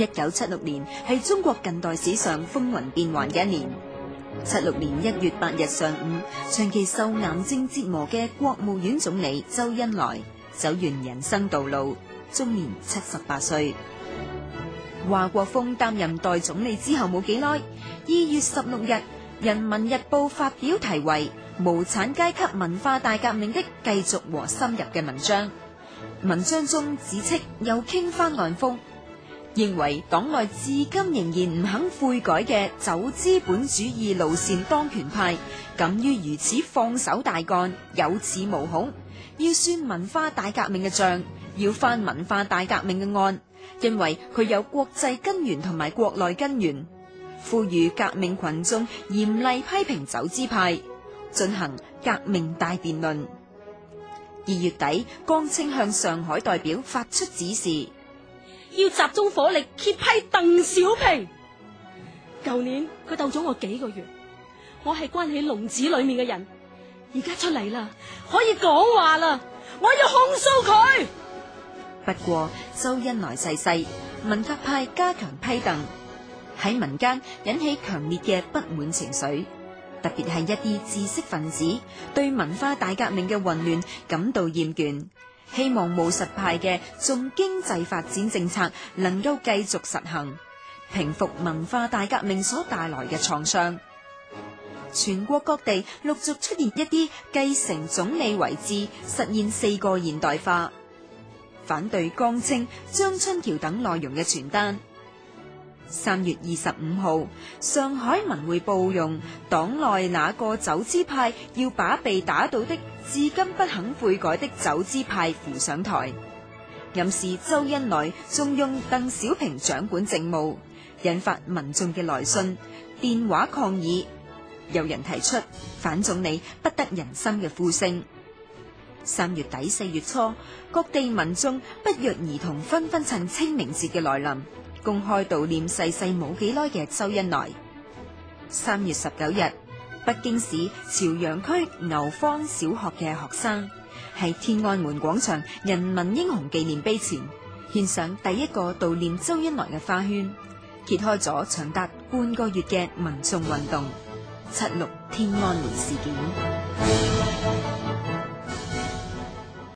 1976年係中國近代史上風雲變幻嘅一年。76年1月8日上午，長期受癌症折磨嘅國務院總理周恩來走完人生道路，終年78歲。華國鋒擔任代總理之後冇幾耐，2月16日，《人民日報》發表題為《無產階級文化大革命的繼續和深入》嘅文章。文章中指斥又傾翻案風，認為黨內至今仍然唔肯悔改嘅走資本主義路線當權派，敢於如此放手大幹，有恃無恐，要算文化大革命嘅賬，要翻文化大革命嘅案，因為佢有國際根源同埋國內根源。呼籲革命群眾嚴厲批評走資派，進行革命大辯論。2月底，江青向上海代表發出指示， 要集中火力揭批鄧小平。舊年佢鬥咗我幾個月，我係關喺籠子裏面嘅人，而家出嚟啦，可以講話啦，我要控訴佢。 不過周恩來逝世，文革派加強批鬥，喺民間引起強烈嘅不滿情緒，特別係一啲知識分子對文化大革命嘅混亂感到厭倦，希望務實派嘅重經濟發展政策能夠繼續實行，平復文化大革命所帶來嘅創傷。全國各地陸續出現一啲繼承總理遺志，實現4個現代化，反對江青、張春橋等內容嘅傳單。3月25號，上海文匯報用黨內那個走資派要把被打倒的至今不肯悔改的走資派扶上台，暗示周恩來重用鄧小平掌管政務，引發民眾嘅來信、電話抗議。有人提出反總理不得人心嘅呼聲。3月底4月初，各地民眾不約而同紛紛趁清明節嘅來臨，公開悼念逝世冇幾耐嘅周恩來。3月19日，北京市朝陽區牛坊小學嘅學生喺天安門廣場人民英雄紀念碑前獻上第一個悼念周恩來嘅花圈，揭開咗長達半個月嘅民眾運動——76天安門事件。